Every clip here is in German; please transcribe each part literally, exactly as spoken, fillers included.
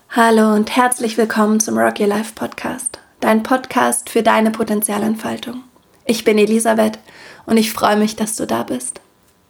Hallo und herzlich willkommen zum Rock Your Life Podcast, dein Podcast für deine Potenzialentfaltung. Ich bin Elisabeth und ich freue mich, dass du da bist.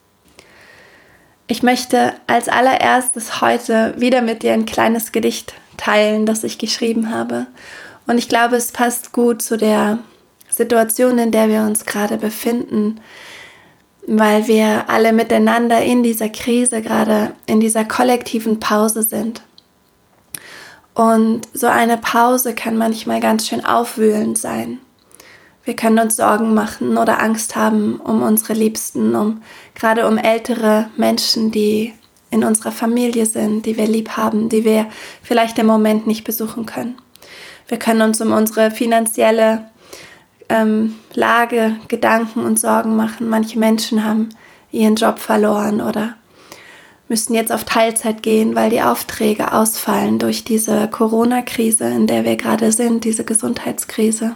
Ich möchte als allererstes heute wieder mit dir ein kleines Gedicht teilen, das ich geschrieben habe. Und ich glaube, es passt gut zu der Situation, in der wir uns gerade befinden, weil wir alle miteinander in dieser Krise, gerade in dieser kollektiven Pause sind. Und so eine Pause kann manchmal ganz schön aufwühlend sein. Wir können uns Sorgen machen oder Angst haben um unsere Liebsten, um gerade um ältere Menschen, die in unserer Familie sind, die wir lieb haben, die wir vielleicht im Moment nicht besuchen können. Wir können uns um unsere finanzielle ähm, Lage Gedanken und Sorgen machen. Manche Menschen haben ihren Job verloren oder müssen jetzt auf Teilzeit gehen, weil die Aufträge ausfallen durch diese Corona-Krise, in der wir gerade sind, diese Gesundheitskrise.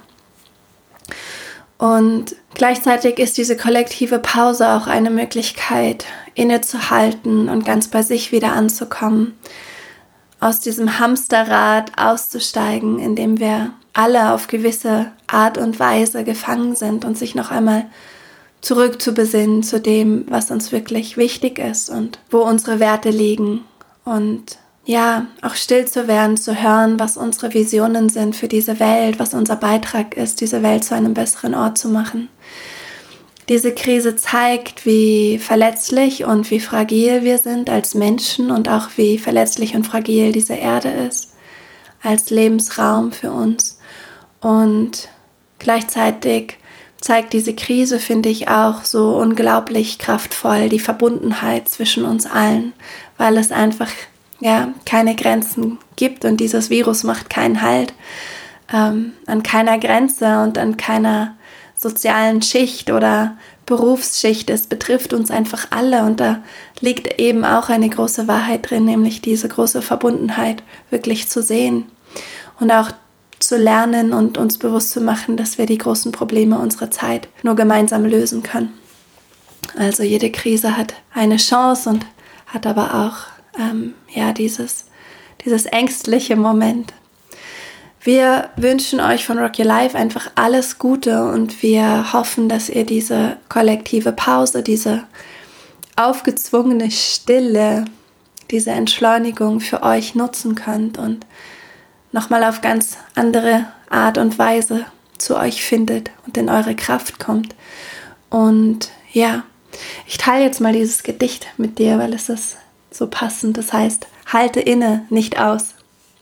Und gleichzeitig ist diese kollektive Pause auch eine Möglichkeit, innezuhalten und ganz bei sich wieder anzukommen, aus diesem Hamsterrad auszusteigen, in dem wir alle auf gewisse Art und Weise gefangen sind und sich noch einmal zurückzubesinnen zu dem, was uns wirklich wichtig ist und wo unsere Werte liegen. Und ja, auch still zu werden, zu hören, was unsere Visionen sind für diese Welt, was unser Beitrag ist, diese Welt zu einem besseren Ort zu machen. Diese Krise zeigt, wie verletzlich und wie fragil wir sind als Menschen und auch wie verletzlich und fragil diese Erde ist, als Lebensraum für uns. Und gleichzeitig zeigt diese Krise, finde ich, auch so unglaublich kraftvoll die Verbundenheit zwischen uns allen, weil es einfach ja keine Grenzen gibt und dieses Virus macht keinen Halt ähm, an keiner Grenze und an keiner sozialen Schicht oder Berufsschicht. Es betrifft uns einfach alle und da liegt eben auch eine große Wahrheit drin, nämlich diese große Verbundenheit wirklich zu sehen und auch zu lernen und uns bewusst zu machen, dass wir die großen Probleme unserer Zeit nur gemeinsam lösen können. Also jede Krise hat eine Chance und hat aber auch ähm, ja dieses, dieses ängstliche Moment. Wir wünschen euch von Rock Your Life einfach alles Gute und wir hoffen, dass ihr diese kollektive Pause, diese aufgezwungene Stille, diese Entschleunigung für euch nutzen könnt und nochmal auf ganz andere Art und Weise zu euch findet und in eure Kraft kommt. Und ja, ich teile jetzt mal dieses Gedicht mit dir, weil es ist so passend. Das heißt, halte inne, nicht aus.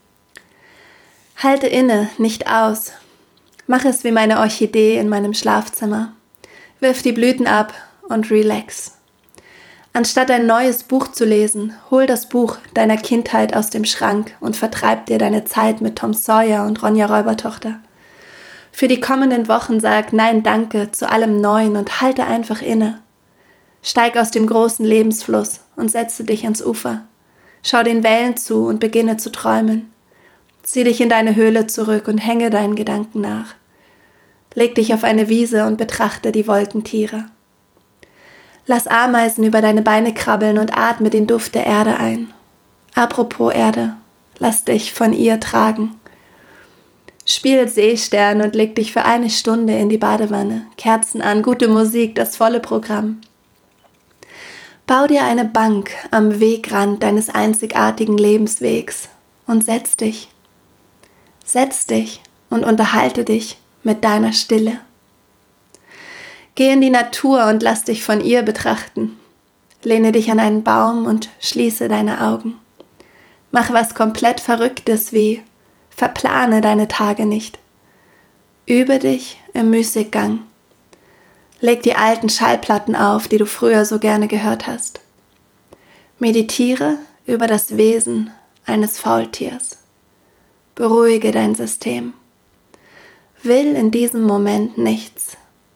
Halte inne, nicht aus. Mach es wie meine Orchidee in meinem Schlafzimmer. Wirf die Blüten ab und relax. Anstatt ein neues Buch zu lesen, hol das Buch deiner Kindheit aus dem Schrank und vertreib dir deine Zeit mit Tom Sawyer und Ronja Räubertochter. Für die kommenden Wochen sag Nein, danke zu allem Neuen und halte einfach inne. Steig aus dem großen Lebensfluss und setze dich ans Ufer. Schau den Wellen zu und beginne zu träumen. Zieh dich in deine Höhle zurück und hänge deinen Gedanken nach. Leg dich auf eine Wiese und betrachte die Wolkentiere. Lass Ameisen über deine Beine krabbeln und atme den Duft der Erde ein. Apropos Erde, lass dich von ihr tragen. Spiel Seestern und leg dich für eine Stunde in die Badewanne. Kerzen an, gute Musik, das volle Programm. Bau dir eine Bank am Wegrand deines einzigartigen Lebenswegs und setz dich. Setz dich und unterhalte dich mit deiner Stille. Geh in die Natur und lass dich von ihr betrachten. Lehne dich an einen Baum und schließe deine Augen. Mach was komplett Verrücktes wie verplane deine Tage nicht. Übe dich im Müßiggang. Leg die alten Schallplatten auf, die du früher so gerne gehört hast. Meditiere über das Wesen eines Faultiers. Beruhige dein System. Will in diesem Moment nichts.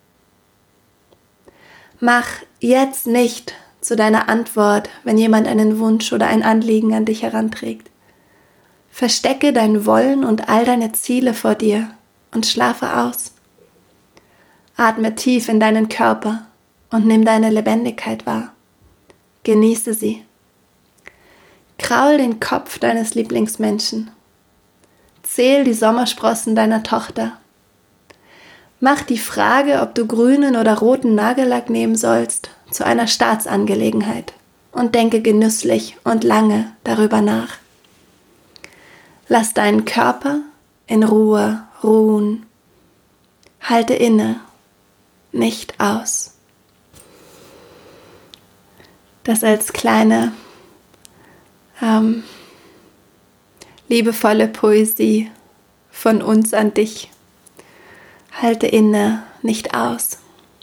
Mach jetzt nicht zu deiner Antwort, wenn jemand einen Wunsch oder ein Anliegen an dich heranträgt. Verstecke dein Wollen und all deine Ziele vor dir und schlafe aus. Atme tief in deinen Körper und nimm deine Lebendigkeit wahr. Genieße sie. Kraul den Kopf deines Lieblingsmenschen. Zähl die Sommersprossen deiner Tochter. Mach die Frage, ob du grünen oder roten Nagellack nehmen sollst, zu einer Staatsangelegenheit und denke genüsslich und lange darüber nach. Lass deinen Körper in Ruhe ruhen. Halte inne, nicht aus. Das als kleine, ähm, liebevolle Poesie von uns an dich. Halte inne, nicht aus.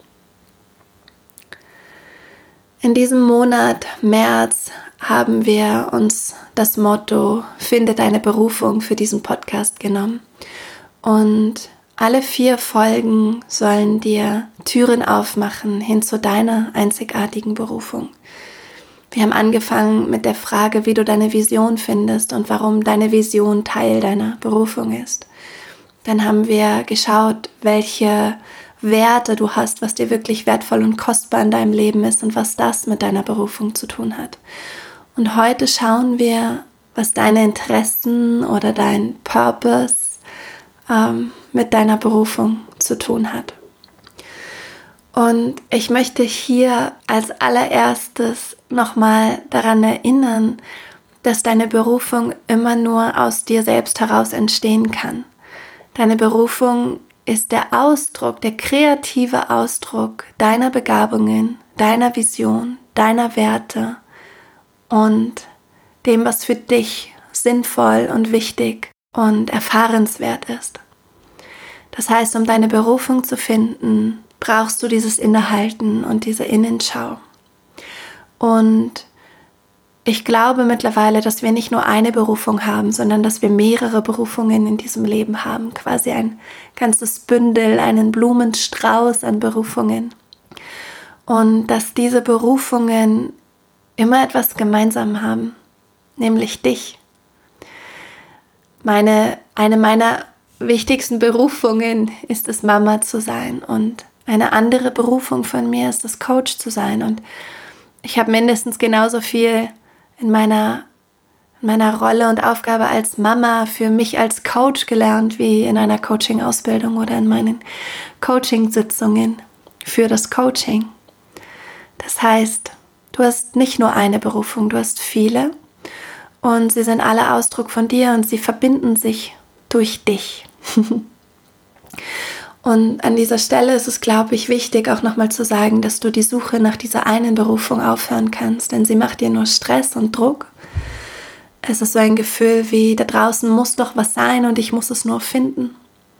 In diesem Monat März haben wir uns das Motto Finde deine Berufung für diesen Podcast genommen. Und alle vier Folgen sollen dir Türen aufmachen hin zu deiner einzigartigen Berufung. Wir haben angefangen mit der Frage, wie du deine Vision findest und warum deine Vision Teil deiner Berufung ist. Dann haben wir geschaut, welche Werte du hast, was dir wirklich wertvoll und kostbar in deinem Leben ist und was das mit deiner Berufung zu tun hat. Und heute schauen wir, was deine Interessen oder dein Purpose ähm, mit deiner Berufung zu tun hat. Und ich möchte hier als allererstes nochmal daran erinnern, dass deine Berufung immer nur aus dir selbst heraus entstehen kann. Deine Berufung ist der Ausdruck, der kreative Ausdruck deiner Begabungen, deiner Vision, deiner Werte und dem, was für dich sinnvoll und wichtig und erfahrenswert ist. Das heißt, um deine Berufung zu finden, brauchst du dieses Innehalten und diese Innenschau. Und ich glaube mittlerweile, dass wir nicht nur eine Berufung haben, sondern dass wir mehrere Berufungen in diesem Leben haben. Quasi ein ganzes Bündel, einen Blumenstrauß an Berufungen. Und dass diese Berufungen immer etwas gemeinsam haben, nämlich dich. Meine, eine meiner wichtigsten Berufungen ist es, Mama zu sein. Und eine andere Berufung von mir ist es, Coach zu sein. Und ich habe mindestens genauso viel in meiner, in meiner Rolle und Aufgabe als Mama für mich als Coach gelernt, wie in einer Coaching-Ausbildung oder in meinen Coaching-Sitzungen für das Coaching. Das heißt, du hast nicht nur eine Berufung, du hast viele und sie sind alle Ausdruck von dir und sie verbinden sich durch dich. Und an dieser Stelle ist es, glaube ich, wichtig, auch nochmal zu sagen, dass du die Suche nach dieser einen Berufung aufhören kannst, denn sie macht dir nur Stress und Druck. Es ist so ein Gefühl wie, da draußen muss doch was sein und ich muss es nur finden.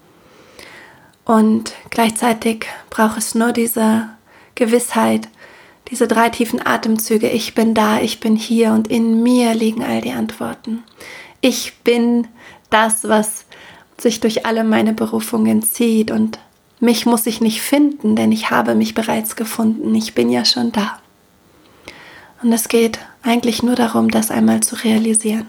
Und gleichzeitig braucht es nur diese Gewissheit, diese drei tiefen Atemzüge. Ich bin da, ich bin hier und in mir liegen all die Antworten. Ich bin das, was sich durch alle meine Berufungen zieht und mich muss ich nicht finden, denn ich habe mich bereits gefunden. Ich bin ja schon da. Und es geht eigentlich nur darum, das einmal zu realisieren.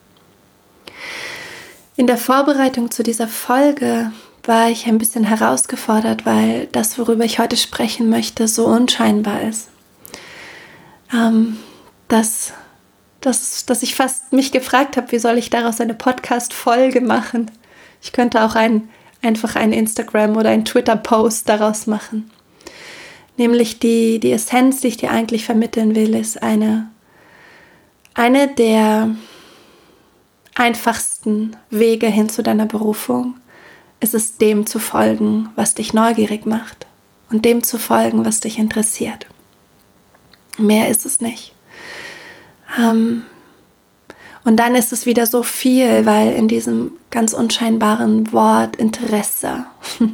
In der Vorbereitung zu dieser Folge war ich ein bisschen herausgefordert, weil das, worüber ich heute sprechen möchte, so unscheinbar ist. Ähm, dass, dass, dass ich fast mich gefragt habe, wie soll ich daraus eine Podcast-Folge machen? Ich könnte auch ein, einfach einen Instagram- oder einen Twitter-Post daraus machen. Nämlich die, die Essenz, die ich dir eigentlich vermitteln will, ist eine, eine der einfachsten Wege hin zu deiner Berufung. Es ist dem zu folgen, was dich neugierig macht und dem zu folgen, was dich interessiert. Mehr ist es nicht. Ähm, Und dann ist es wieder so viel, weil in diesem ganz unscheinbaren Wort Interesse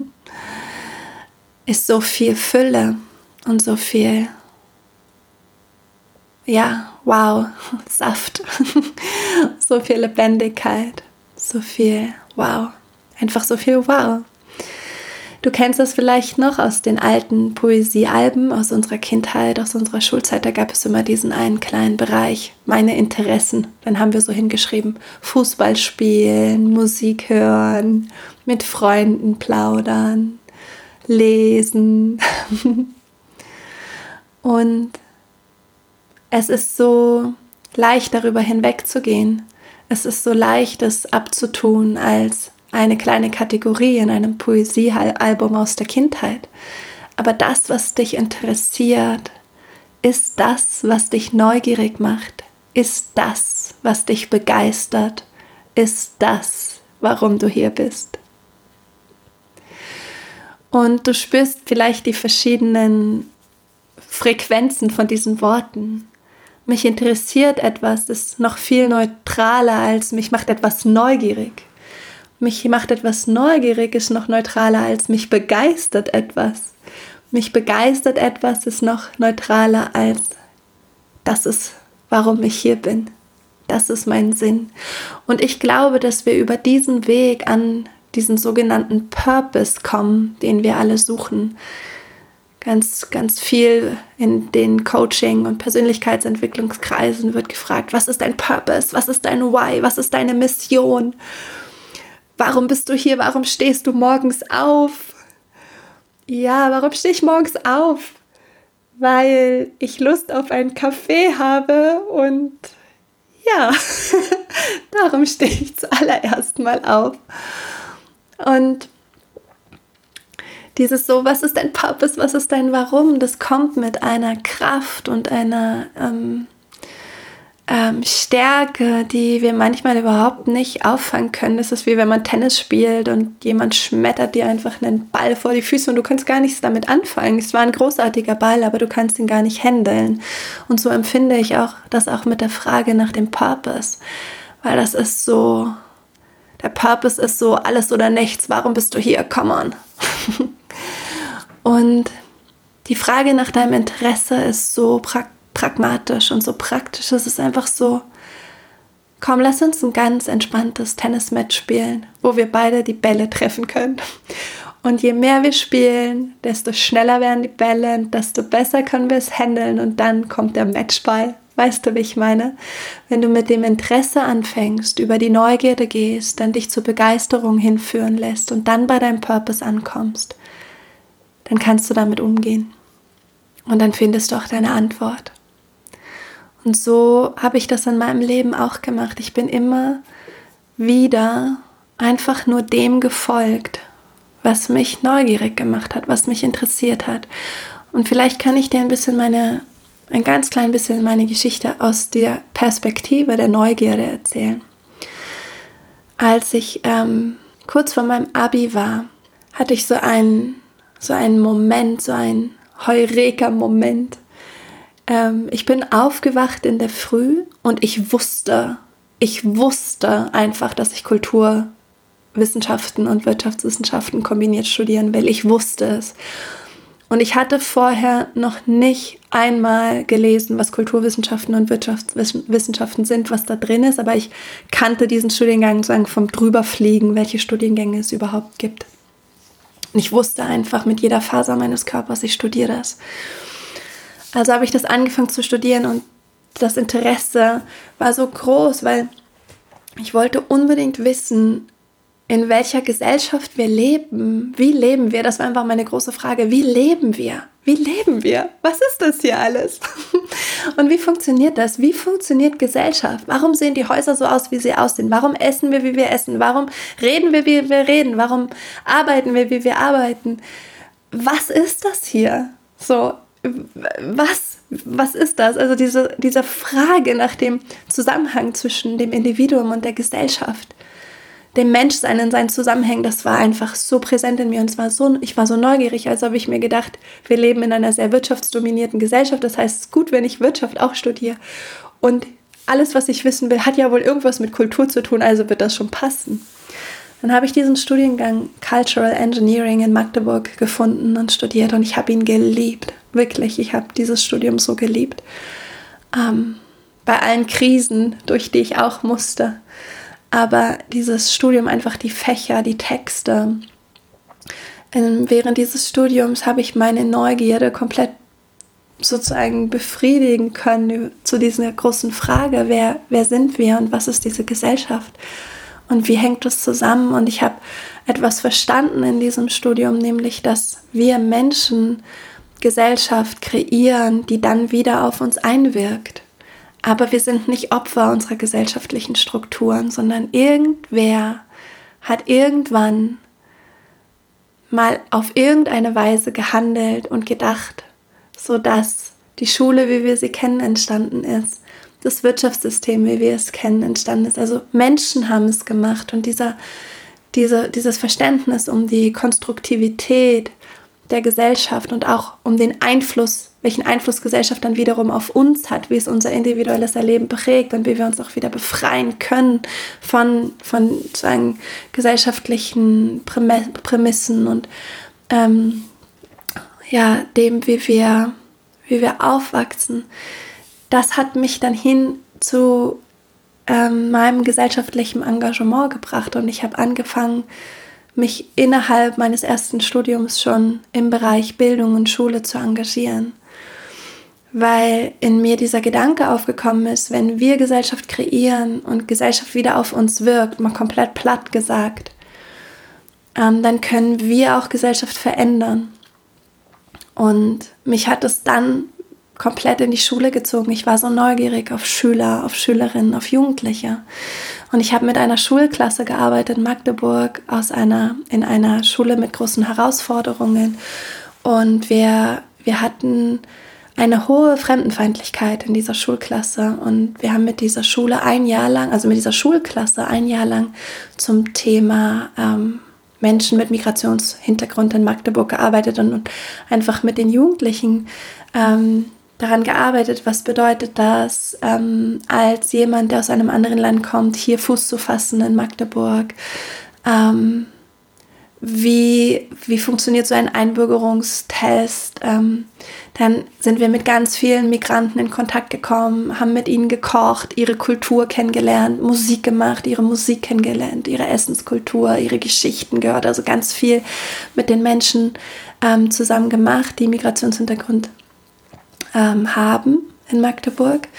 ist so viel Fülle und so viel, ja, wow, Saft, so viel Lebendigkeit, so viel wow, einfach so viel wow. Du kennst das vielleicht noch aus den alten Poesiealben, aus unserer Kindheit, aus unserer Schulzeit. Da gab es immer diesen einen kleinen Bereich, meine Interessen. Dann haben wir so hingeschrieben, Fußball spielen, Musik hören, mit Freunden plaudern, lesen. Und es ist so leicht, darüber hinwegzugehen. Es ist so leicht, es abzutun als eine kleine Kategorie in einem Poesiealbum aus der Kindheit. Aber das, was dich interessiert, ist das, was dich neugierig macht, ist das, was dich begeistert, ist das, warum du hier bist. Und du spürst vielleicht die verschiedenen Frequenzen von diesen Worten. Mich interessiert etwas, ist noch viel neutraler als mich macht etwas neugierig. Mich macht etwas neugierig, ist noch neutraler als mich begeistert etwas. Mich begeistert etwas, ist noch neutraler als das ist, warum ich hier bin. Das ist mein Sinn. Und ich glaube, dass wir über diesen Weg an diesen sogenannten Purpose kommen, den wir alle suchen. Ganz, ganz viel in den Coaching- und Persönlichkeitsentwicklungskreisen wird gefragt, was ist dein Purpose, was ist dein Why, was ist deine Mission? Warum bist du hier, warum stehst du morgens auf? Ja, warum stehe ich morgens auf? Weil ich Lust auf einen Kaffee habe und ja, darum stehe ich zuallererst mal auf. Und dieses so, was ist dein Purpose, was ist dein Warum, das kommt mit einer Kraft und einer ähm, ähm, Stärke, die wir manchmal überhaupt nicht auffangen können. Das ist wie wenn man Tennis spielt und jemand schmettert dir einfach einen Ball vor die Füße und du kannst gar nichts damit anfangen. Es war ein großartiger Ball, aber du kannst ihn gar nicht handeln. Und so empfinde ich auch das auch mit der Frage nach dem Purpose, weil das ist so, der Purpose ist so alles oder nichts. Warum bist du hier? Come on. Und die Frage nach deinem Interesse ist so pra- pragmatisch und so praktisch. Es ist einfach so, komm, lass uns ein ganz entspanntes Tennismatch spielen, wo wir beide die Bälle treffen können. Und je mehr wir spielen, desto schneller werden die Bälle, desto besser können wir es handeln und dann kommt der Matchball. Weißt du, wie ich meine? Wenn du mit dem Interesse anfängst, über die Neugierde gehst, dann dich zur Begeisterung hinführen lässt und dann bei deinem Purpose ankommst, dann kannst du damit umgehen. Und dann findest du auch deine Antwort. Und so habe ich das in meinem Leben auch gemacht. Ich bin immer wieder einfach nur dem gefolgt, was mich neugierig gemacht hat, was mich interessiert hat. Und vielleicht kann ich dir ein bisschen meine, ein ganz klein bisschen meine Geschichte aus der Perspektive der Neugierde erzählen. Als ich ähm, kurz vor meinem Abi war, hatte ich so einen, so einen Moment, so einen Heureka-Moment. Ähm, ich bin aufgewacht in der Früh und ich wusste, ich wusste einfach, dass ich Kulturwissenschaften und Wirtschaftswissenschaften kombiniert studieren will. Ich wusste es. Und ich hatte vorher noch nicht einmal gelesen, was Kulturwissenschaften und Wirtschaftswissenschaften sind, was da drin ist, aber ich kannte diesen Studiengang sozusagen vom Drüberfliegen, welche Studiengänge es überhaupt gibt. Und ich wusste einfach mit jeder Faser meines Körpers, ich studiere das. Also habe ich das angefangen zu studieren und das Interesse war so groß, weil ich wollte unbedingt wissen, in welcher Gesellschaft wir leben. Wie leben wir? Das war einfach meine große Frage. Wie leben wir? Wie leben wir? Was ist das hier alles? Und wie funktioniert das? Wie funktioniert Gesellschaft? Warum sehen die Häuser so aus, wie sie aussehen? Warum essen wir, wie wir essen? Warum reden wir, wie wir reden? Warum arbeiten wir, wie wir arbeiten? Was ist das hier? So, was, was ist das? Also diese, diese Frage nach dem Zusammenhang zwischen dem Individuum und der Gesellschaft, dem Menschsein in seinen Zusammenhängen, das war einfach so präsent in mir und es war so, ich war so neugierig, als habe ich mir gedacht, wir leben in einer sehr wirtschaftsdominierten Gesellschaft, das heißt, es ist gut, wenn ich Wirtschaft auch studiere und alles, was ich wissen will, hat ja wohl irgendwas mit Kultur zu tun, also wird das schon passen. Dann habe ich diesen Studiengang Cultural Engineering in Magdeburg gefunden und studiert und ich habe ihn geliebt, wirklich, ich habe dieses Studium so geliebt, ähm, bei allen Krisen, durch die ich auch musste. Aber dieses Studium, einfach die Fächer, die Texte. Während dieses Studiums habe ich meine Neugierde komplett sozusagen befriedigen können zu dieser großen Frage, wer, wer sind wir und was ist diese Gesellschaft und wie hängt das zusammen? Und ich habe etwas verstanden in diesem Studium, nämlich, dass wir Menschen Gesellschaft kreieren, die dann wieder auf uns einwirkt. Aber wir sind nicht Opfer unserer gesellschaftlichen Strukturen, sondern irgendwer hat irgendwann mal auf irgendeine Weise gehandelt und gedacht, sodass die Schule, wie wir sie kennen, entstanden ist. Das Wirtschaftssystem, wie wir es kennen, entstanden ist. Also Menschen haben es gemacht und dieser, diese, dieses Verständnis um die Konstruktivität der Gesellschaft und auch um den Einfluss, welchen Einfluss Gesellschaft dann wiederum auf uns hat, wie es unser individuelles Erleben prägt und wie wir uns auch wieder befreien können von, von sozusagen gesellschaftlichen Prämissen und ähm, ja, dem, wie wir, wie wir aufwachsen. Das hat mich dann hin zu ähm, meinem gesellschaftlichen Engagement gebracht und ich habe angefangen, mich innerhalb meines ersten Studiums schon im Bereich Bildung und Schule zu engagieren, weil in mir dieser Gedanke aufgekommen ist, wenn wir Gesellschaft kreieren und Gesellschaft wieder auf uns wirkt, mal komplett platt gesagt, ähm, dann können wir auch Gesellschaft verändern. Und mich hat es dann komplett in die Schule gezogen. Ich war so neugierig auf Schüler, auf Schülerinnen, auf Jugendliche. Und ich habe mit einer Schulklasse gearbeitet in Magdeburg aus einer, in einer Schule mit großen Herausforderungen. Und wir, wir hatten eine hohe Fremdenfeindlichkeit in dieser Schulklasse. Und wir haben mit dieser Schule ein Jahr lang, also mit dieser Schulklasse ein Jahr lang zum Thema ähm, Menschen mit Migrationshintergrund in Magdeburg gearbeitet und, und einfach mit den Jugendlichen ähm, daran gearbeitet, was bedeutet das, ähm, als jemand, der aus einem anderen Land kommt, hier Fuß zu fassen in Magdeburg. Ähm, wie, wie funktioniert so ein Einbürgerungstest? Ähm, dann sind wir mit ganz vielen Migranten in Kontakt gekommen, haben mit ihnen gekocht, ihre Kultur kennengelernt, Musik gemacht, ihre Musik kennengelernt, ihre Essenskultur, ihre Geschichten gehört, also ganz viel mit den Menschen ähm, zusammen gemacht, die Migrationshintergrund ähm, haben in Magdeburg.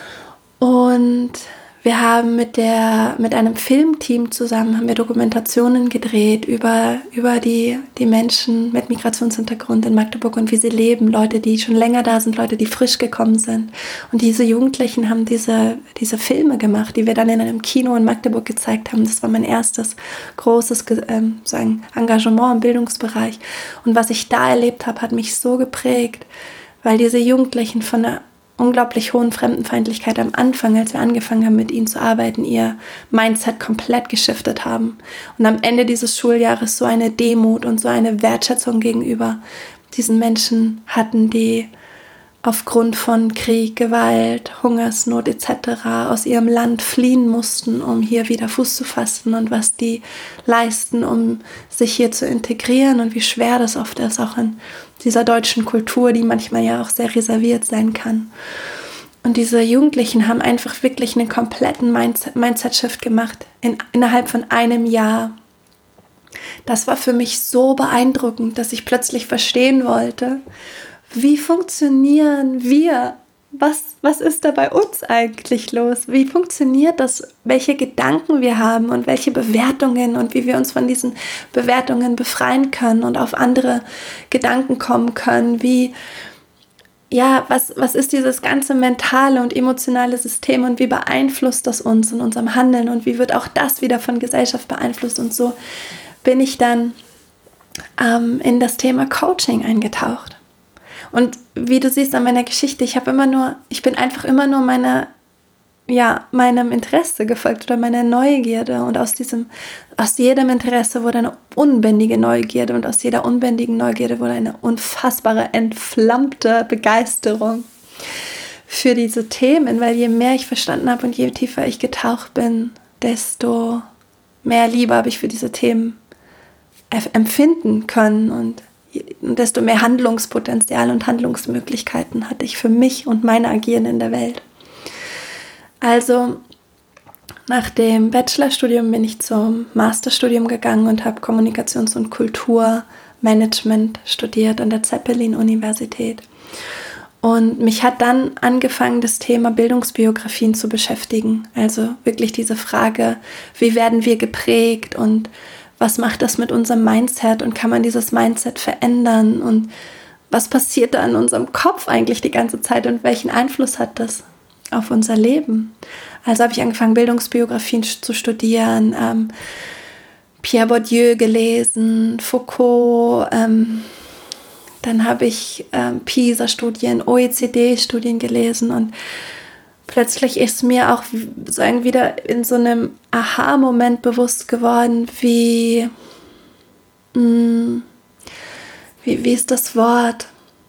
Und wir haben mit, der, mit einem Filmteam zusammen haben wir Dokumentationen gedreht über, über die, die Menschen mit Migrationshintergrund in Magdeburg und wie sie leben. Leute, die schon länger da sind, Leute, die frisch gekommen sind. Und diese Jugendlichen haben diese, diese Filme gemacht, die wir dann in einem Kino in Magdeburg gezeigt haben. Das war mein erstes großes ähm, sagen, Engagement im Bildungsbereich. Und was ich da erlebt habe, hat mich so geprägt, weil diese Jugendlichen von einer unglaublich hohen Fremdenfeindlichkeit am Anfang, als wir angefangen haben, mit ihnen zu arbeiten, ihr Mindset komplett geschiftet haben. Und am Ende dieses Schuljahres so eine Demut und so eine Wertschätzung gegenüber diesen Menschen hatten, die aufgrund von Krieg, Gewalt, Hungersnot et cetera aus ihrem Land fliehen mussten, um hier wieder Fuß zu fassen und was die leisten, um sich hier zu integrieren und wie schwer das oft ist, auch in dieser deutschen Kultur, die manchmal ja auch sehr reserviert sein kann. Und diese Jugendlichen haben einfach wirklich einen kompletten Mindset, Mindset-Shift gemacht in, innerhalb von einem Jahr. Das war für mich so beeindruckend, dass ich plötzlich verstehen wollte, wie funktionieren wir? Was, was ist da bei uns eigentlich los? Wie funktioniert das? Welche Gedanken wir haben und welche Bewertungen und wie wir uns von diesen Bewertungen befreien können und auf andere Gedanken kommen können? Wie, ja, was, was ist dieses ganze mentale und emotionale System und wie beeinflusst das uns in unserem Handeln und wie wird auch das wieder von Gesellschaft beeinflusst? Und so bin ich dann ähm, in das Thema Coaching eingetaucht. Und wie du siehst an meiner Geschichte, ich habe immer nur, ich bin einfach immer nur meiner, ja, meinem Interesse gefolgt oder meiner Neugierde. Und aus diesem, aus jedem Interesse wurde eine unbändige Neugierde und aus jeder unbändigen Neugierde wurde eine unfassbare, entflammte Begeisterung für diese Themen. Weil je mehr ich verstanden habe und je tiefer ich getaucht bin, desto mehr Liebe habe ich für diese Themen empfinden können und Und desto mehr Handlungspotenzial und Handlungsmöglichkeiten hatte ich für mich und meine Agieren in der Welt. Also nach dem Bachelorstudium bin ich zum Masterstudium gegangen und habe Kommunikations- und Kulturmanagement studiert an der Zeppelin-Universität. Und mich hat dann angefangen, das Thema Bildungsbiografien zu beschäftigen. Also wirklich diese Frage, wie werden wir geprägt und was macht das mit unserem Mindset und kann man dieses Mindset verändern und was passiert da in unserem Kopf eigentlich die ganze Zeit und welchen Einfluss hat das auf unser Leben. Also habe ich angefangen, Bildungsbiografien zu studieren, ähm, Pierre Bourdieu gelesen, Foucault, ähm, dann habe ich ähm, PISA-Studien, O E C D-Studien gelesen und plötzlich ist mir auch so wieder in so einem Aha-Moment bewusst geworden, wie, mh, wie, wie ist das Wort,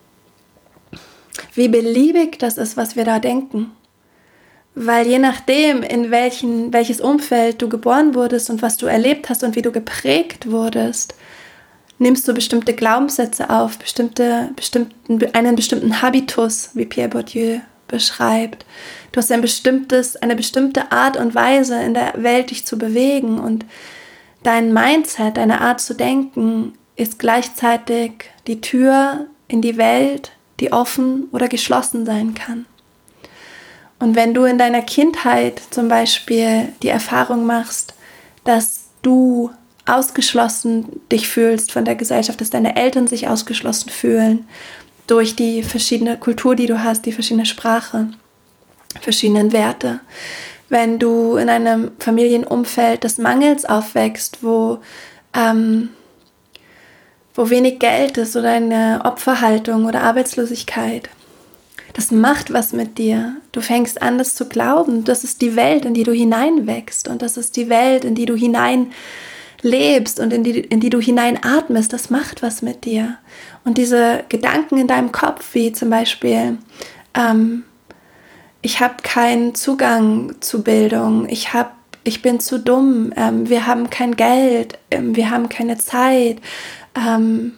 wie beliebig das ist, was wir da denken. Weil je nachdem, in welchen, welches Umfeld du geboren wurdest und was du erlebt hast und wie du geprägt wurdest, nimmst du bestimmte Glaubenssätze auf, bestimmte, bestimmten, einen bestimmten Habitus, wie Pierre Bourdieu beschreibt. Du hast ein bestimmtes, eine bestimmte Art und Weise, in der Welt dich zu bewegen, und dein Mindset, deine Art zu denken, ist gleichzeitig die Tür in die Welt, die offen oder geschlossen sein kann. Und wenn du in deiner Kindheit zum Beispiel die Erfahrung machst, dass du ausgeschlossen dich fühlst von der Gesellschaft, dass deine Eltern sich ausgeschlossen fühlen durch die verschiedene Kultur, die du hast, die verschiedene Sprache, verschiedenen Werte. Wenn du in einem Familienumfeld des Mangels aufwächst, wo, ähm, wo wenig Geld ist oder eine Opferhaltung oder Arbeitslosigkeit, das macht was mit dir. Du fängst an, das zu glauben. Das ist die Welt, in die du hineinwächst, und das ist die Welt, in die du hineinlebst und in die, in die du hineinatmest. Das macht was mit dir. Und diese Gedanken in deinem Kopf, wie zum Beispiel, ähm, ich habe keinen Zugang zu Bildung, ich, hab, ich bin zu dumm, ähm, wir haben kein Geld, ähm, wir haben keine Zeit, ähm,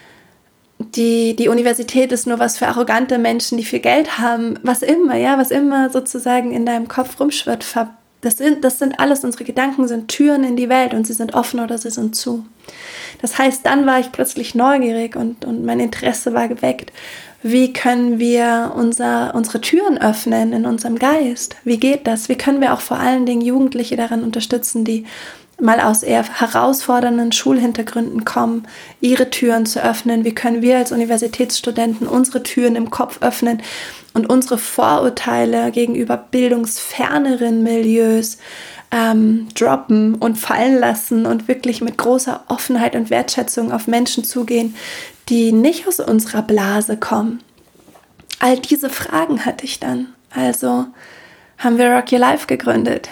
Die, die Universität ist nur was für arrogante Menschen, die viel Geld haben, was immer, ja, was immer sozusagen in deinem Kopf rumschwirrt. Das sind, das sind alles, unsere Gedanken sind Türen in die Welt, und sie sind offen oder sie sind zu. Das heißt, dann war ich plötzlich neugierig und, und mein Interesse war geweckt. Wie können wir unser, unsere Türen öffnen in unserem Geist? Wie geht das? Wie können wir auch vor allen Dingen Jugendliche daran unterstützen, die mal aus eher herausfordernden Schulhintergründen kommen, ihre Türen zu öffnen? Wie können wir als Universitätsstudenten unsere Türen im Kopf öffnen und unsere Vorurteile gegenüber bildungsferneren Milieus ähm, droppen und fallen lassen und wirklich mit großer Offenheit und Wertschätzung auf Menschen zugehen, die nicht aus unserer Blase kommen? All diese Fragen hatte ich dann. Also haben wir Rock Your Life gegründet.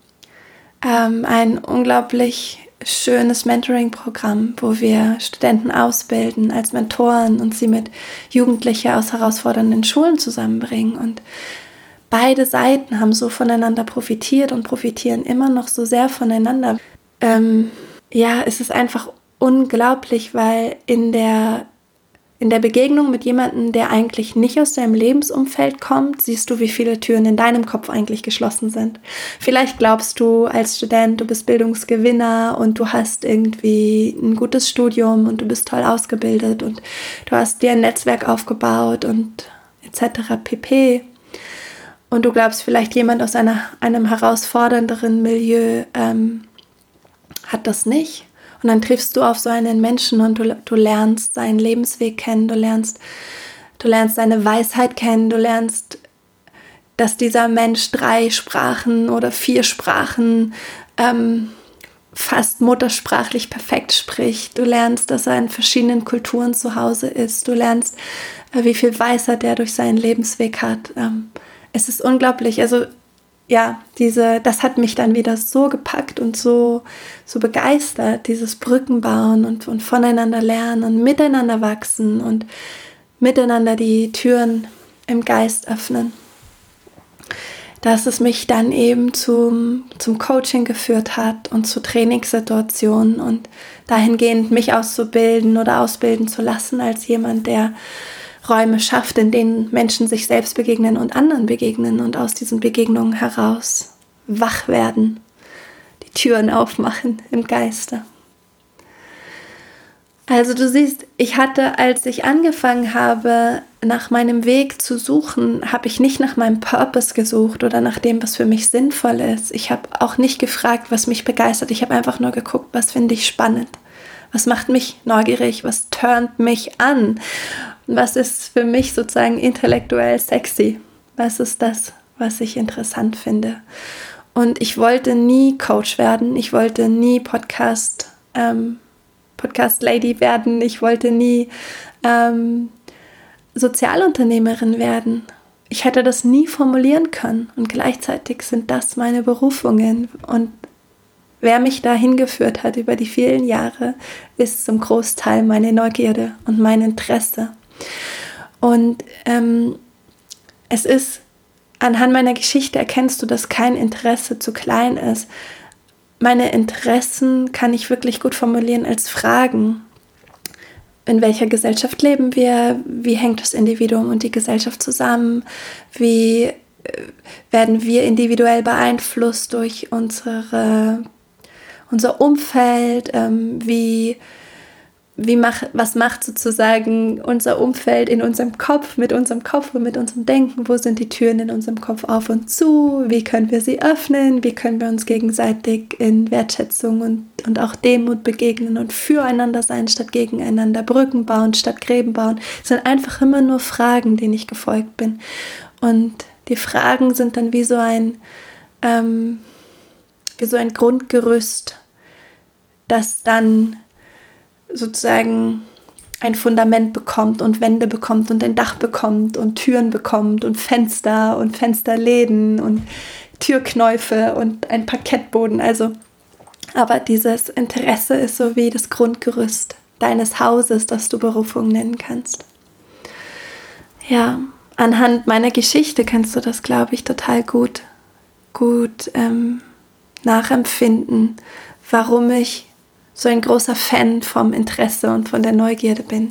Ähm, ein unglaublich schönes Mentoring-Programm, wo wir Studenten ausbilden als Mentoren und sie mit Jugendlichen aus herausfordernden Schulen zusammenbringen. Und beide Seiten haben so voneinander profitiert und profitieren immer noch so sehr voneinander. Ähm, ja, es ist einfach unglaublich, weil in der In der Begegnung mit jemandem, der eigentlich nicht aus deinem Lebensumfeld kommt, siehst du, wie viele Türen in deinem Kopf eigentlich geschlossen sind. Vielleicht glaubst du als Student, du bist Bildungsgewinner und du hast irgendwie ein gutes Studium und du bist toll ausgebildet und du hast dir ein Netzwerk aufgebaut und et cetera pp. Und du glaubst, vielleicht jemand aus einer, einem herausfordernderen Milieu ähm, hat das nicht. Und dann triffst du auf so einen Menschen und du, du lernst seinen Lebensweg kennen, du lernst, du lernst seine Weisheit kennen, du lernst, dass dieser Mensch drei Sprachen oder vier Sprachen ähm, fast muttersprachlich perfekt spricht. Du lernst, dass er in verschiedenen Kulturen zu Hause ist. Du lernst, äh, wie viel Weisheit er durch seinen Lebensweg hat. Ähm, es ist unglaublich. Also ja, diese, das hat mich dann wieder so gepackt und so, so begeistert, dieses Brückenbauen und, und voneinander lernen und miteinander wachsen und miteinander die Türen im Geist öffnen. Dass es mich dann eben zum, zum Coaching geführt hat und zu Trainingssituationen und dahingehend mich auszubilden oder ausbilden zu lassen als jemand, der Räume schafft, in denen Menschen sich selbst begegnen und anderen begegnen und aus diesen Begegnungen heraus wach werden, die Türen aufmachen im Geiste. Also du siehst, ich hatte, als ich angefangen habe, nach meinem Weg zu suchen, habe ich nicht nach meinem Purpose gesucht oder nach dem, was für mich sinnvoll ist. Ich habe auch nicht gefragt, was mich begeistert. Ich habe einfach nur geguckt, was finde ich spannend. Was macht mich neugierig? Was turnt mich an? Was ist für mich sozusagen intellektuell sexy? Was ist das, was ich interessant finde. Und ich wollte nie Coach werden, ich wollte nie Podcast, ähm, Podcast-Lady werden, ich wollte nie ähm, Sozialunternehmerin werden. Ich hätte das nie formulieren können und gleichzeitig sind das meine Berufungen. Und wer mich dahin geführt hat über die vielen Jahre, ist zum Großteil meine Neugierde und mein Interesse. Und ähm, es ist, anhand meiner Geschichte erkennst du, dass kein Interesse zu klein ist. Meine Interessen kann ich wirklich gut formulieren als Fragen. In welcher Gesellschaft leben wir? Wie hängt das Individuum und die Gesellschaft zusammen? Wie werden wir individuell beeinflusst durch unsere, unser Umfeld? Wie, wie mach, was macht sozusagen unser Umfeld in unserem Kopf, mit unserem Kopf und mit unserem Denken? Wo sind die Türen in unserem Kopf auf und zu? Wie können wir sie öffnen? Wie können wir uns gegenseitig in Wertschätzung und, und auch Demut begegnen und füreinander sein statt gegeneinander, Brücken bauen statt Gräben bauen? Es sind einfach immer nur Fragen, denen ich gefolgt bin. Und die Fragen sind dann wie so ein, ähm, wie so ein Grundgerüst, das dann sozusagen ein Fundament bekommt und Wände bekommt und ein Dach bekommt und Türen bekommt und Fenster und Fensterläden und Türknäufe und ein Parkettboden. Also, aber dieses Interesse ist so wie das Grundgerüst deines Hauses, das du Berufung nennen kannst. Ja, anhand meiner Geschichte kannst du das, glaube ich, total gut, gut ähm, nachempfinden, warum ich so ein großer Fan vom Interesse und von der Neugierde bin.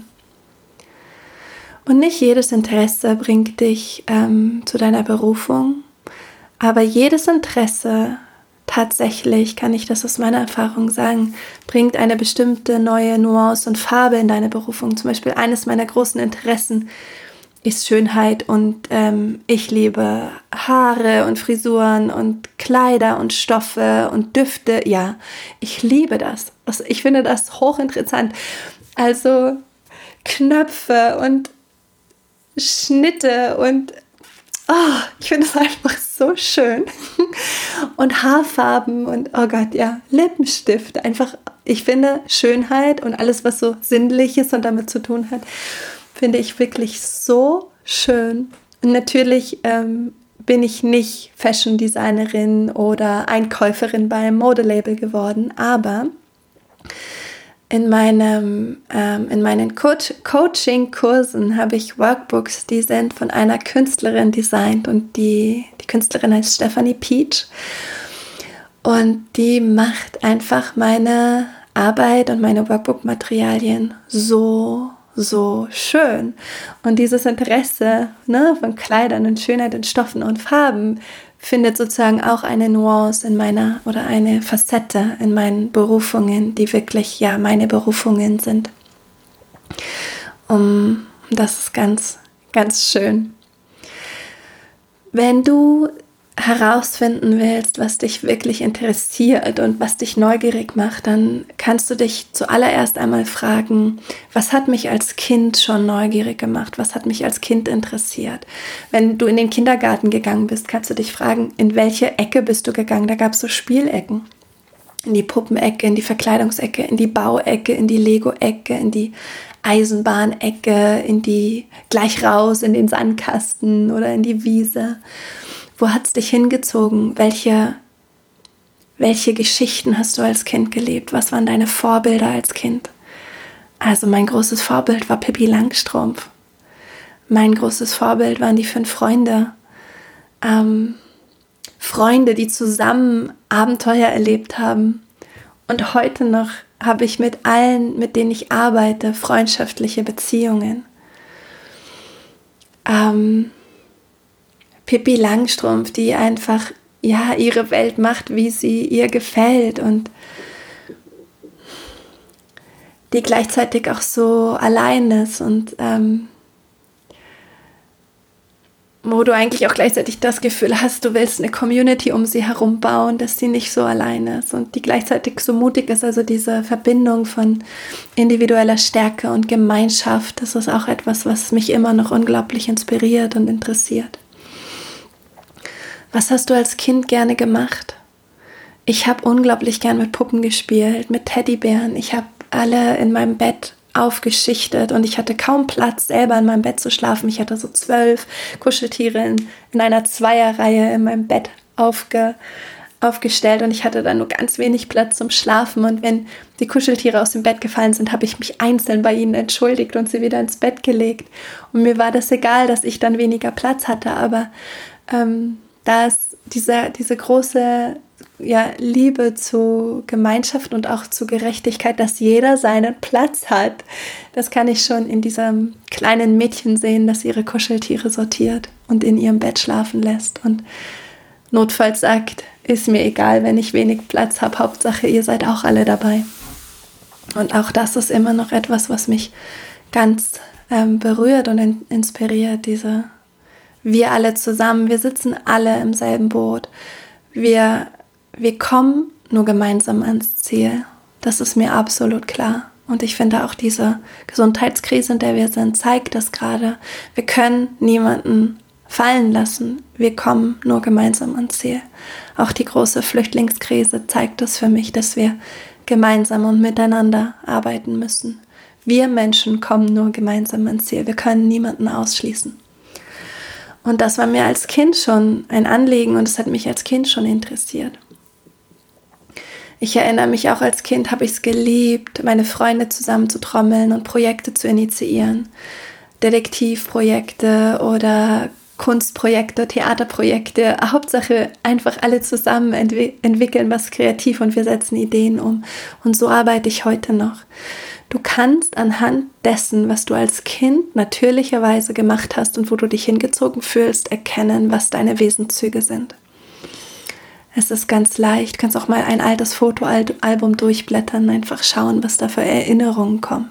Und nicht jedes Interesse bringt dich ähm, zu deiner Berufung, aber jedes Interesse, tatsächlich kann ich das aus meiner Erfahrung sagen, bringt eine bestimmte neue Nuance und Farbe in deine Berufung. Zum Beispiel eines meiner großen Interessen ist Schönheit und ähm, ich liebe Haare und Frisuren und Kleider und Stoffe und Düfte. Ja, ich liebe das. Also ich finde das hochinteressant. Also Knöpfe und Schnitte und oh, ich finde es einfach so schön. Und Haarfarben und oh Gott, ja, Lippenstift. Einfach, ich finde Schönheit und alles, was so Sinnliches und damit zu tun hat, finde ich wirklich so schön. Und natürlich ähm, bin ich nicht Fashion Designerin oder Einkäuferin bei einem Modelabel geworden, aber in, meinem, ähm, in meinen Co- Coaching-Kursen habe ich Workbooks, die sind von einer Künstlerin designt und die, die Künstlerin heißt Stephanie Peach und die macht einfach meine Arbeit und meine Workbook-Materialien so so schön. Und dieses Interesse, ne, von Kleidern und Schönheit und Stoffen und Farben findet sozusagen auch eine Nuance in meiner oder eine Facette in meinen Berufungen, die wirklich ja meine Berufungen sind. Um, das ist ganz, ganz schön. Wenn du herausfinden willst, was dich wirklich interessiert und was dich neugierig macht, dann kannst du dich zuallererst einmal fragen, was hat mich als Kind schon neugierig gemacht? Was hat mich als Kind interessiert? Wenn du in den Kindergarten gegangen bist, kannst du dich fragen, in welche Ecke bist du gegangen? Da gab es so Spielecken. In die Puppenecke, in die Verkleidungsecke, in die Bauecke, in die Lego-Ecke, in die Eisenbahnecke, in die gleich raus, in den Sandkasten oder in die Wiese. Wo hat es dich hingezogen? Welche, welche Geschichten hast du als Kind gelebt? Was waren deine Vorbilder als Kind? Also mein großes Vorbild war Pippi Langstrumpf. Mein großes Vorbild waren die fünf Freunde. Ähm, Freunde, die zusammen Abenteuer erlebt haben. Und heute noch habe ich mit allen, mit denen ich arbeite, freundschaftliche Beziehungen. Ähm, Pippi Langstrumpf, die einfach ja ihre Welt macht, wie sie ihr gefällt und die gleichzeitig auch so allein ist und ähm, wo du eigentlich auch gleichzeitig das Gefühl hast, du willst eine Community um sie herum bauen, dass sie nicht so allein ist und die gleichzeitig so mutig ist. Also diese Verbindung von individueller Stärke und Gemeinschaft, das ist auch etwas, was mich immer noch unglaublich inspiriert und interessiert. Was hast du als Kind gerne gemacht? Ich habe unglaublich gern mit Puppen gespielt, mit Teddybären. Ich habe alle in meinem Bett aufgeschichtet und ich hatte kaum Platz, selber in meinem Bett zu schlafen. Ich hatte so zwölf Kuscheltiere in, in einer Zweierreihe in meinem Bett aufge, aufgestellt und ich hatte dann nur ganz wenig Platz zum Schlafen. Und wenn die Kuscheltiere aus dem Bett gefallen sind, habe ich mich einzeln bei ihnen entschuldigt und sie wieder ins Bett gelegt. Und mir war das egal, dass ich dann weniger Platz hatte, aber ähm, da ist diese, diese große ja, Liebe zu Gemeinschaft und auch zu Gerechtigkeit, dass jeder seinen Platz hat. Das kann ich schon in diesem kleinen Mädchen sehen, das ihre Kuscheltiere sortiert und in ihrem Bett schlafen lässt und notfalls sagt, ist mir egal, wenn ich wenig Platz habe, Hauptsache ihr seid auch alle dabei. Und auch das ist immer noch etwas, was mich ganz ähm, berührt und in, inspiriert, diese wir alle zusammen, wir sitzen alle im selben Boot. Wir, wir kommen nur gemeinsam ans Ziel. Das ist mir absolut klar. Und ich finde auch diese Gesundheitskrise, in der wir sind, zeigt das gerade. Wir können niemanden fallen lassen. Wir kommen nur gemeinsam ans Ziel. Auch die große Flüchtlingskrise zeigt das für mich, dass wir gemeinsam und miteinander arbeiten müssen. Wir Menschen kommen nur gemeinsam ans Ziel. Wir können niemanden ausschließen. Und das war mir als Kind schon ein Anliegen und es hat mich als Kind schon interessiert. Ich erinnere mich auch als Kind, habe ich es geliebt, meine Freunde zusammen zu trommeln und Projekte zu initiieren. Detektivprojekte oder Kunstprojekte, Theaterprojekte. Hauptsache einfach alle zusammen entwi- entwickeln was kreativ und wir setzen Ideen um. Und so arbeite ich heute noch. Du kannst anhand dessen, was du als Kind natürlicherweise gemacht hast und wo du dich hingezogen fühlst, erkennen, was deine Wesenszüge sind. Es ist ganz leicht, du kannst auch mal ein altes Fotoalbum durchblättern, einfach schauen, was da für Erinnerungen kommen.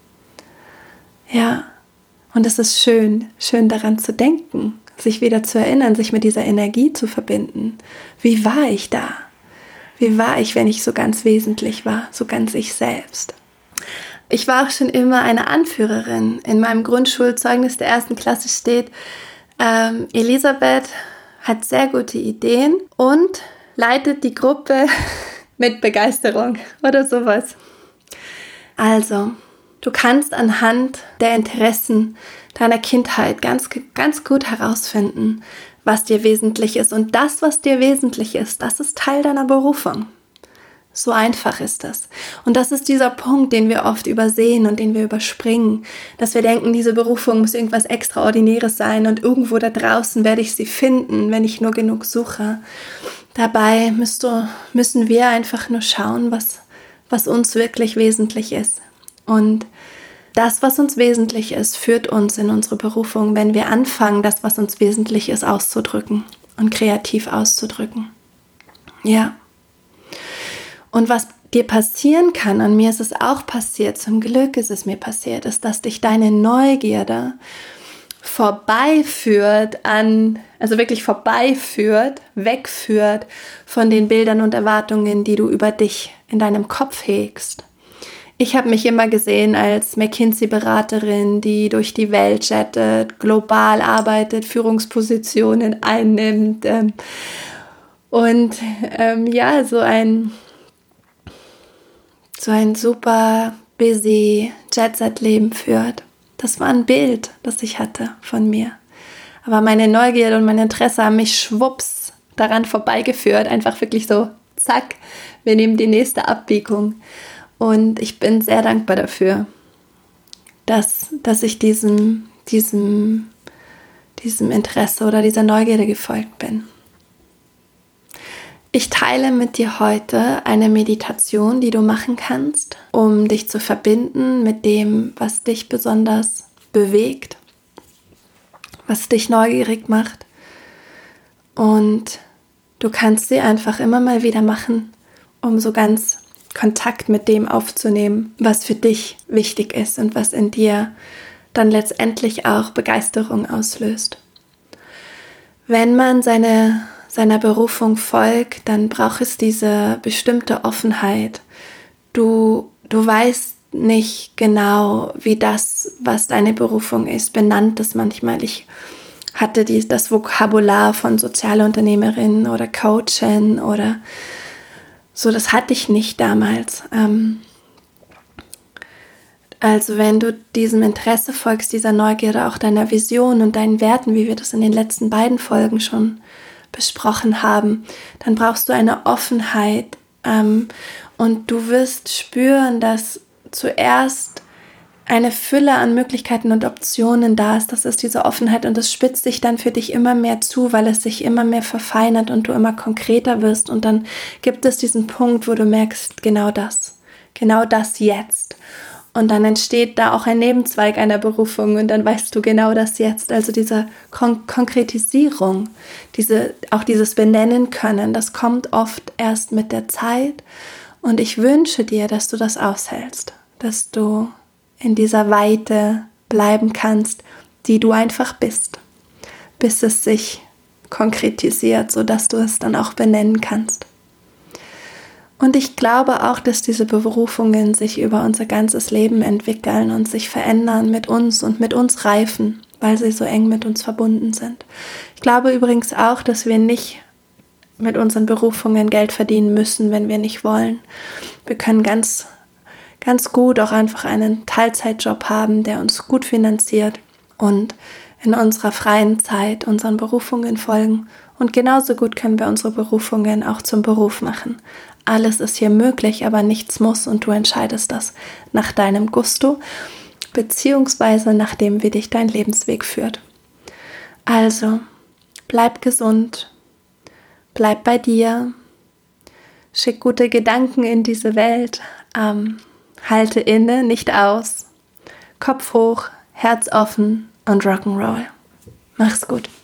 Ja, und es ist schön, schön daran zu denken, sich wieder zu erinnern, sich mit dieser Energie zu verbinden. Wie war ich da? Wie war ich, wenn ich so ganz wesentlich war, so ganz ich selbst? Ich war auch schon immer eine Anführerin. In meinem Grundschulzeugnis der ersten Klasse steht, ähm, Elisabeth hat sehr gute Ideen und leitet die Gruppe mit Begeisterung oder sowas. Also, du kannst anhand der Interessen deiner Kindheit ganz, ganz gut herausfinden, was dir wesentlich ist. Und das, was dir wesentlich ist, das ist Teil deiner Berufung. So einfach ist das. Und das ist dieser Punkt, den wir oft übersehen und den wir überspringen, dass wir denken, diese Berufung muss irgendwas Extraordinäres sein und irgendwo da draußen werde ich sie finden, wenn ich nur genug suche. Dabei müsst du, müssen wir einfach nur schauen, was, was uns wirklich wesentlich ist. Und das, was uns wesentlich ist, führt uns in unsere Berufung, wenn wir anfangen, das, was uns wesentlich ist, auszudrücken und kreativ auszudrücken. Ja. Und was dir passieren kann, und mir ist es auch passiert, zum Glück ist es mir passiert, ist, dass dich deine Neugierde vorbeiführt an, also wirklich vorbeiführt, wegführt von den Bildern und Erwartungen, die du über dich in deinem Kopf hegst. Ich habe mich immer gesehen als McKinsey-Beraterin, die durch die Welt jettet, global arbeitet, Führungspositionen einnimmt ähm, und ähm, ja, so ein so ein super busy Jet-Set-Leben führt. Das war ein Bild, das ich hatte von mir. Aber meine Neugierde und mein Interesse haben mich schwupps daran vorbeigeführt. Einfach wirklich so, zack, wir nehmen die nächste Abbiegung. Und ich bin sehr dankbar dafür, dass, dass ich diesem, diesem, diesem Interesse oder dieser Neugierde gefolgt bin. Ich teile mit dir heute eine Meditation, die du machen kannst, um dich zu verbinden mit dem, was dich besonders bewegt, was dich neugierig macht. Und du kannst sie einfach immer mal wieder machen, um so ganz Kontakt mit dem aufzunehmen, was für dich wichtig ist und was in dir dann letztendlich auch Begeisterung auslöst. Wenn man seine seiner Berufung folgt, dann braucht es diese bestimmte Offenheit. Du, du weißt nicht genau, wie das, was deine Berufung ist, benannt ist manchmal. Ich hatte die, das Vokabular von Sozialunternehmerin oder Coachin oder so, das hatte ich nicht damals. Ähm, also wenn du diesem Interesse folgst, dieser Neugierde, auch deiner Vision und deinen Werten, wie wir das in den letzten beiden Folgen schon besprochen haben, dann brauchst du eine Offenheit ähm, und du wirst spüren, dass zuerst eine Fülle an Möglichkeiten und Optionen da ist. Das ist diese Offenheit und das spitzt sich dann für dich immer mehr zu, weil es sich immer mehr verfeinert und du immer konkreter wirst und dann gibt es diesen Punkt, wo du merkst, genau das, genau das jetzt. Und dann entsteht da auch ein Nebenzweig einer Berufung und dann weißt du genau das jetzt. Also diese Kon- Konkretisierung, diese, auch dieses Benennen können, das kommt oft erst mit der Zeit. Und ich wünsche dir, dass du das aushältst, dass du in dieser Weite bleiben kannst, die du einfach bist, bis es sich konkretisiert, sodass du es dann auch benennen kannst. Und ich glaube auch, dass diese Berufungen sich über unser ganzes Leben entwickeln und sich verändern mit uns und mit uns reifen, weil sie so eng mit uns verbunden sind. Ich glaube übrigens auch, dass wir nicht mit unseren Berufungen Geld verdienen müssen, wenn wir nicht wollen. Wir können ganz, ganz gut auch einfach einen Teilzeitjob haben, der uns gut finanziert und in unserer freien Zeit unseren Berufungen folgen. Und genauso gut können wir unsere Berufungen auch zum Beruf machen. Alles ist hier möglich, aber nichts muss und du entscheidest das nach deinem Gusto, beziehungsweise nachdem, wie dich dein Lebensweg führt. Also, bleib gesund, bleib bei dir, schick gute Gedanken in diese Welt, ähm, halte inne, nicht aus, Kopf hoch, Herz offen und Rock'n'Roll. Mach's gut.